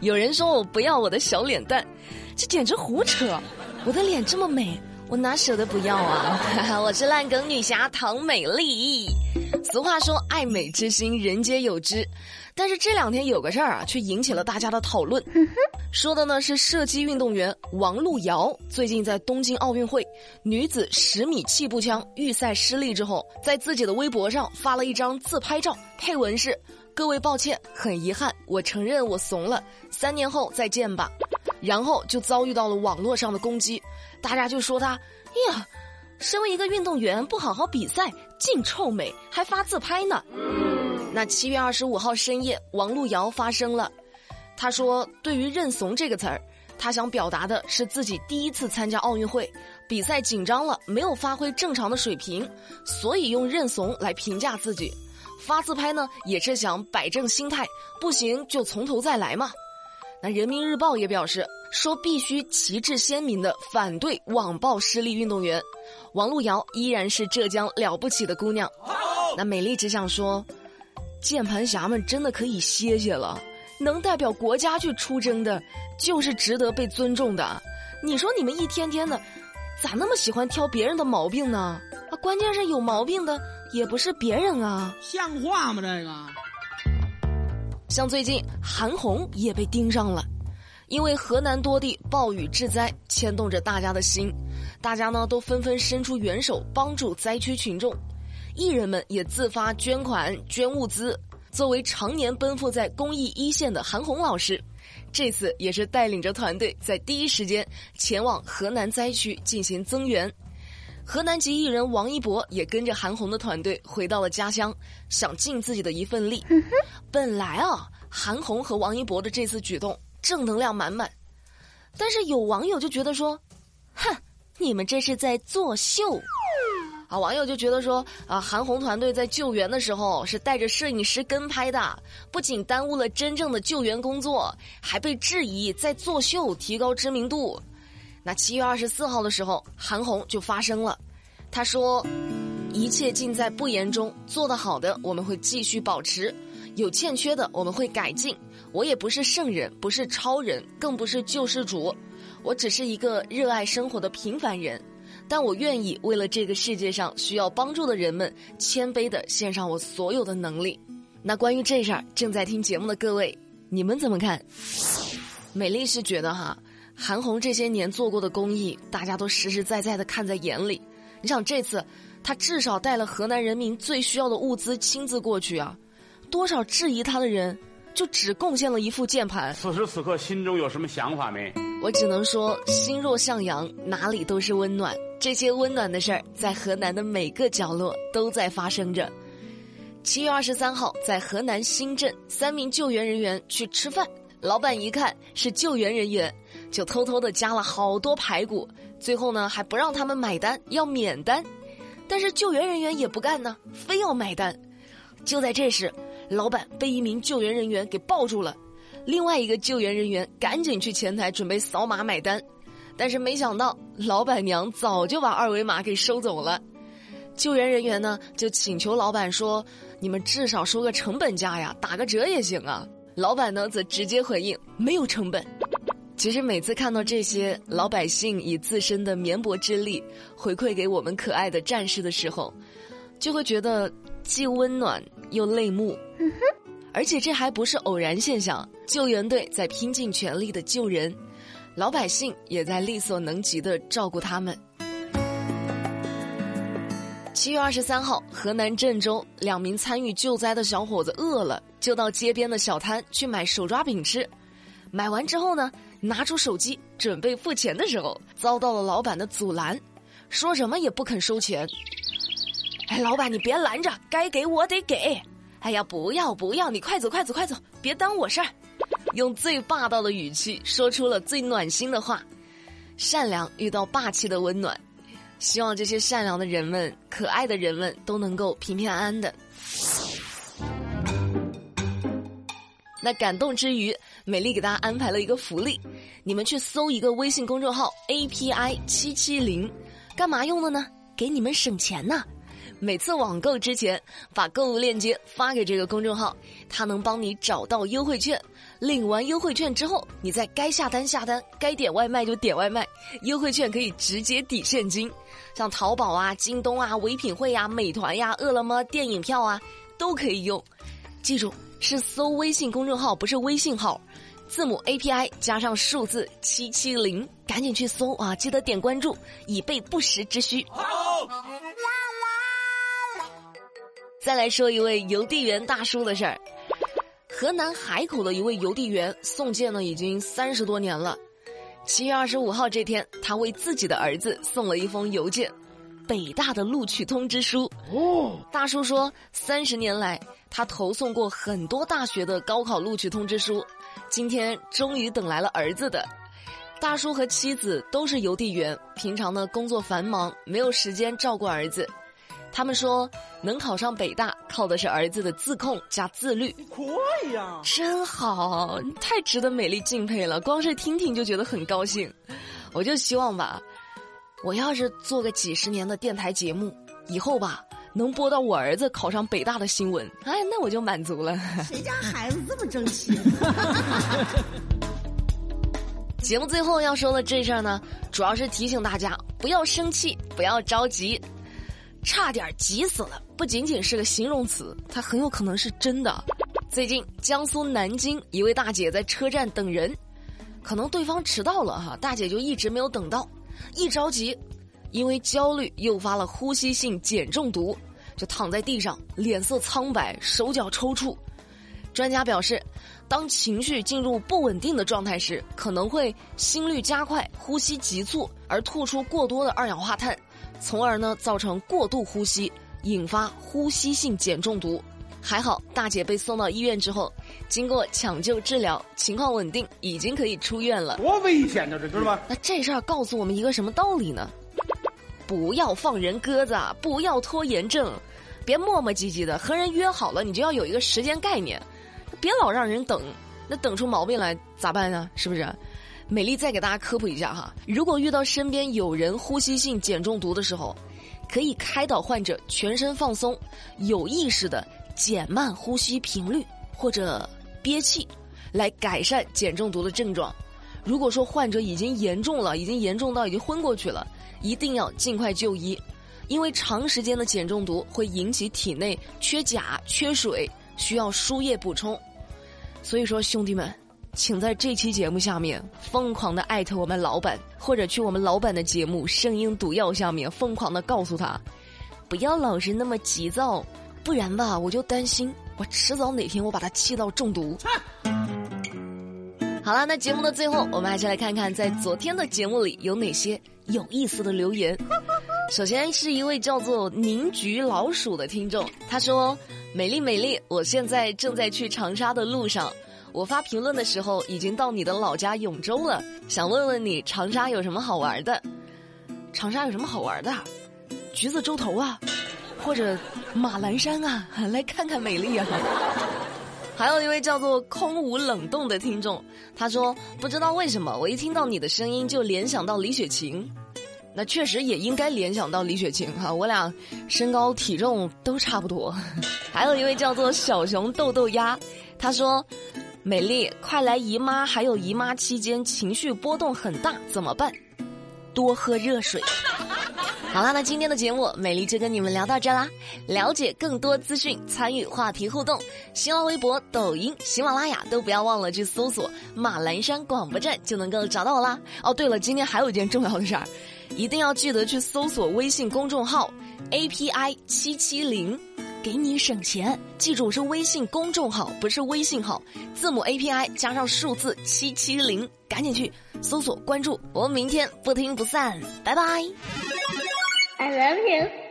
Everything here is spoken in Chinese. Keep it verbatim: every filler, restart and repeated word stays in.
有人说我不要我的小脸蛋，这简直胡扯！我的脸这么美，我哪舍得不要啊？我是烂梗女侠唐美丽。俗话说爱美之心人皆有之，但是这两天有个事儿啊，却引起了大家的讨论。说的呢是射击运动员王璐瑶最近在东京奥运会女子十米气步枪预赛失利之后，在自己的微博上发了一张自拍照，配文是：各位抱歉，很遗憾，我承认我怂了，三年后再见吧。然后就遭遇到了网络上的攻击，大家就说他，哎呀，身为一个运动员不好好比赛，净臭美，还发自拍呢。那七月二十五号深夜，王璐瑶发声了，他说对于认怂这个词儿，他想表达的是自己第一次参加奥运会，比赛紧张了，没有发挥正常的水平，所以用认怂来评价自己。发自拍呢，也是想摆正心态，不行就从头再来嘛。那人民日报也表示说，必须旗帜鲜明的反对网暴失利运动员。王璐瑶依然是浙江了不起的姑娘。那美丽只想说，键盘侠们真的可以歇歇了，能代表国家去出征的，就是值得被尊重的。你说你们一天天的，咋那么喜欢挑别人的毛病呢？啊，关键是有毛病的也不是别人啊， 像话吗这个？ 像最近韩红也被盯上了，因为河南多地暴雨致灾，牵动着大家的心，大家呢都纷纷伸出援手帮助灾区群众，艺人们也自发捐款捐物资。作为常年奔赴在公益一线的韩红老师，这次也是带领着团队在第一时间前往河南灾区进行增援。河南籍艺人王一博也跟着韩红的团队回到了家乡，想尽自己的一份力。本来啊，韩红和王一博的这次举动正能量满满，但是有网友就觉得说，哼，你们这是在作秀啊！网友就觉得说，啊，韩红团队在救援的时候是带着摄影师跟拍的，不仅耽误了真正的救援工作，还被质疑在作秀提高知名度。那七月二十四号的时候，韩红就发声了，她说，一切尽在不言中，做得好的我们会继续保持，有欠缺的我们会改进。我也不是圣人，不是超人，更不是救世主，我只是一个热爱生活的平凡人，但我愿意为了这个世界上需要帮助的人们，谦卑地献上我所有的能力。那关于这事儿，正在听节目的各位，你们怎么看？美丽是觉得哈，韩红这些年做过的公益，大家都实实在在地看在眼里。你想这次她至少带了河南人民最需要的物资亲自过去啊，多少质疑她的人就只贡献了一副键盘。 此时此刻心中有什么想法没？ 我只能说，心若向阳，哪里都是温暖。这些温暖的事儿，在河南的每个角落都在发生着。七月二十三号，在河南新镇，三名救援人员去吃饭，老板一看是救援人员，就偷偷的加了好多排骨，最后呢还不让他们买单，要免单。但是救援人员也不干呢，非要买单。就在这时，老板被一名救援人员给抱住了，另外一个救援人员赶紧去前台准备扫码买单，但是没想到老板娘早就把二维码给收走了。救援人员呢就请求老板说，你们至少收个成本价呀，打个折也行啊。老板呢则直接回应，没有成本。其实每次看到这些老百姓以自身的绵薄之力回馈给我们可爱的战士的时候，就会觉得既温暖又泪目。而且这还不是偶然现象，救援队在拼尽全力的救人，老百姓也在力所能及的照顾他们。七月二十三号，河南郑州两名参与救灾的小伙子饿了，就到街边的小摊去买手抓饼吃。买完之后呢，拿出手机准备付钱的时候，遭到了老板的阻拦，说什么也不肯收钱。哎，老板你别拦着，该给我得给。哎呀，不要不要，你快走快走快走，别耽误我事儿。用最霸道的语气说出了最暖心的话。善良遇到霸气的温暖，希望这些善良的人们，可爱的人们都能够平平安安的。那感动之余，美丽给大家安排了一个福利，你们去搜一个微信公众号 A P I 七七零，干嘛用的呢？给你们省钱呢。 每次网购之前把购物链接发给这个公众号，它能帮你找到优惠券，领完优惠券之后，你再该下单下单，该点外卖就点外卖，优惠券可以直接抵现金。像淘宝啊、京东啊、唯品会啊、美团呀、饿了么、电影票啊都可以用。记住，是搜微信公众号，不是微信号，字母 A P I 加上数字七七零，赶紧去搜啊！记得点关注，以备不时之需。再来说一位邮递员大叔的事儿。河南海口的一位邮递员送件呢，已经三十多年了。七月二十五号这天，他为自己的儿子送了一封邮件，北大的录取通知书。哦，大叔说，三十年来他投送过很多大学的高考录取通知书，今天终于等来了儿子的。大叔和妻子都是邮递员，平常呢工作繁忙，没有时间照顾儿子。他们说，能考上北大靠的是儿子的自控加自律。可以呀，真好，太值得美丽敬佩了，光是听听就觉得很高兴。我就希望吧，我要是做个几十年的电台节目，以后吧能播到我儿子考上北大的新闻，哎，那我就满足了。 谁家孩子这么争气？ 节目最后要说的这事儿呢，主要是提醒大家不要生气，不要着急。差点急死了不仅仅是个形容词，它很有可能是真的。最近江苏南京一位大姐在车站等人，可能对方迟到了哈，大姐就一直没有等到，一着急，因为焦虑诱发了呼吸性碱中毒，就躺在地上，脸色苍白，手脚抽搐。专家表示，当情绪进入不稳定的状态时，可能会心率加快，呼吸急促，而吐出过多的二氧化碳，从而呢造成过度呼吸，引发呼吸性碱中毒。还好大姐被送到医院之后，经过抢救治疗，情况稳定，已经可以出院了。 多危险呢，这知道吧？ 那这事儿告诉我们一个什么道理呢？不要放人鸽子，不要拖延症，别磨磨唧唧的，和人约好了，你就要有一个时间概念，别老让人等，那等出毛病来咋办呢？是不是？美丽再给大家科普一下哈，如果遇到身边有人呼吸性碱中毒的时候，可以开导患者全身放松，有意识的减慢呼吸频率或者憋气，来改善碱中毒的症状。如果说患者已经严重了，已经严重到已经昏过去了，一定要尽快就医，因为长时间的碱中毒会引起体内缺钾、缺水，需要输液补充。所以说兄弟们，请在这期节目下面疯狂的艾特我们老板，或者去我们老板的节目声音毒药下面疯狂的告诉他，不要老是那么急躁，不然吧我就担心我迟早哪天我把他气到中毒。好了，那节目的最后，我们还是来看看在昨天的节目里有哪些有意思的留言。首先是一位叫做凝菊老鼠的听众，他说，美丽美丽，我现在正在去长沙的路上，我发评论的时候已经到你的老家永州了，想问问你长沙有什么好玩的？长沙有什么好玩的？橘子洲头啊，或者马栏山啊，来看看美丽啊。还有一位叫做空无冷冻的听众，他说，不知道为什么我一听到你的声音就联想到李雪琴。那确实也应该联想到李雪琴哈，我俩身高体重都差不多。还有一位叫做小熊豆豆鸭，他说，美丽，快来姨妈还有姨妈期间情绪波动很大怎么办？多喝热水。好啦，那今天的节目美丽就跟你们聊到这啦。了解更多资讯，参与话题互动，新浪微博、抖音、喜马拉雅都不要忘了去搜索马栏山广播站就能够找到我啦。哦对了，今天还有一件重要的事儿，一定要记得去搜索微信公众号 A P I 七七零，给你省钱。记住是微信公众号，不是微信号，字母 A P I 加上数字七七零，赶紧去搜索关注，我们明天不听不散，拜拜。 I love you.